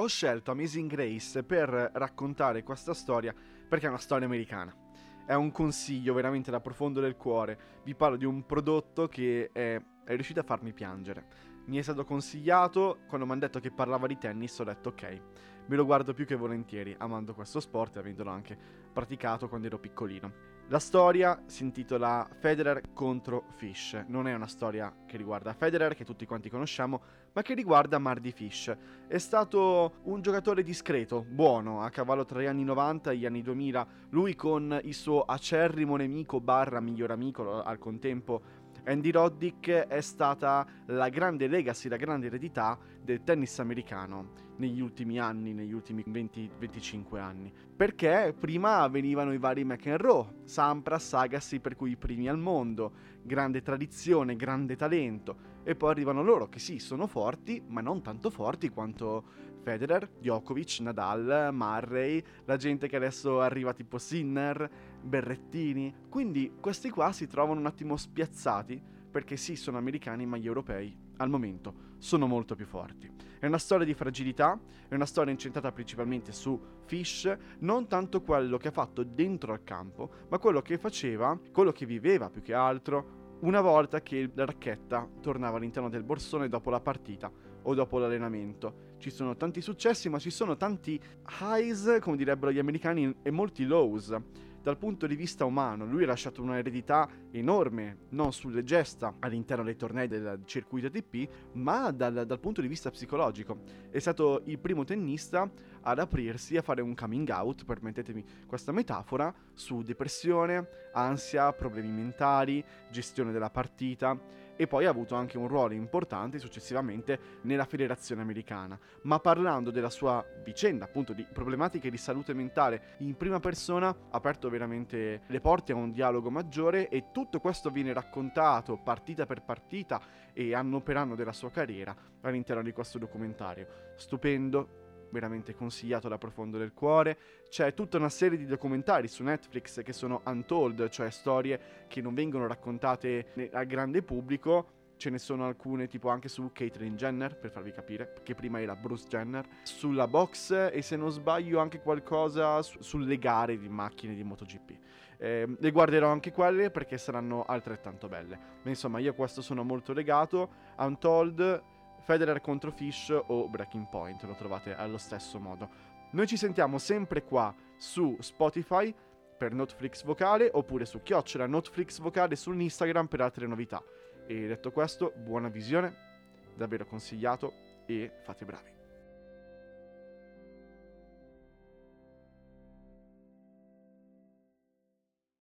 Ho scelto Amazing Grace per raccontare questa storia perché è una storia americana. È un consiglio veramente da profondo del cuore. Vi parlo di un prodotto che è riuscito a farmi piangere. Mi è stato consigliato, quando mi hanno detto che parlava di tennis ho detto ok, me lo guardo più che volentieri, amando questo sport e avendolo anche praticato quando ero piccolino. La storia si intitola Federer contro Fish. Non è una storia che riguarda Federer, che tutti quanti conosciamo, ma che riguarda Mardy Fish. È stato un giocatore discreto, buono, a cavallo tra gli anni 90 e gli anni 2000. Lui con il suo acerrimo nemico barra miglior amico al contempo, Andy Roddick, è stata la grande legacy, la grande eredità del tennis americano negli ultimi anni, negli ultimi 20-25 anni. Perché prima venivano i vari McEnroe, Sampras, Agassi, per cui i primi al mondo, grande tradizione, grande talento, e poi arrivano loro che sì, sono forti, ma non tanto forti quanto Federer, Djokovic, Nadal, Murray, la gente che adesso arriva tipo Sinner, Berrettini. Quindi questi qua si trovano un attimo spiazzati perché sì, sono americani, ma gli europei al momento sono molto più forti. È una storia di fragilità, è una storia incentrata principalmente su Fish, non tanto quello che ha fatto dentro al campo, ma quello che faceva, quello che viveva più che altro, una volta che la racchetta tornava all'interno del borsone dopo la partita o dopo l'allenamento. Ci sono tanti successi, ma ci sono tanti highs, come direbbero gli americani, e molti lows. Dal punto di vista umano, lui ha lasciato un'eredità enorme, non sulle gesta all'interno dei tornei del circuito ATP, ma dal punto di vista psicologico. È stato il primo tennista ad aprirsi a fare un coming out, permettetemi questa metafora, su depressione, ansia, problemi mentali, gestione della partita, e poi ha avuto anche un ruolo importante successivamente nella federazione americana. Ma parlando della sua vicenda, appunto di problematiche di salute mentale in prima persona, ha aperto veramente le porte a un dialogo maggiore, e tutto questo viene raccontato partita per partita e anno per anno della sua carriera all'interno di questo documentario. Stupendo, veramente consigliato da profondo del cuore. C'è tutta una serie di documentari su Netflix che sono untold, cioè storie che non vengono raccontate al grande pubblico. Ce ne sono alcune tipo anche su Caitlyn Jenner, per farvi capire, che prima era Bruce Jenner, sulla box e se non sbaglio anche qualcosa sulle gare di macchine di MotoGP. Le guarderò anche quelle perché saranno altrettanto belle. Ma insomma, io a questo sono molto legato. Untold, Federer contro Fish o Breaking Point, lo trovate allo stesso modo. Noi ci sentiamo sempre qua su Spotify per Notflix Vocale, oppure su @ Vocale sull'Instagram per altre novità. E detto questo, buona visione, davvero consigliato, e fate bravi.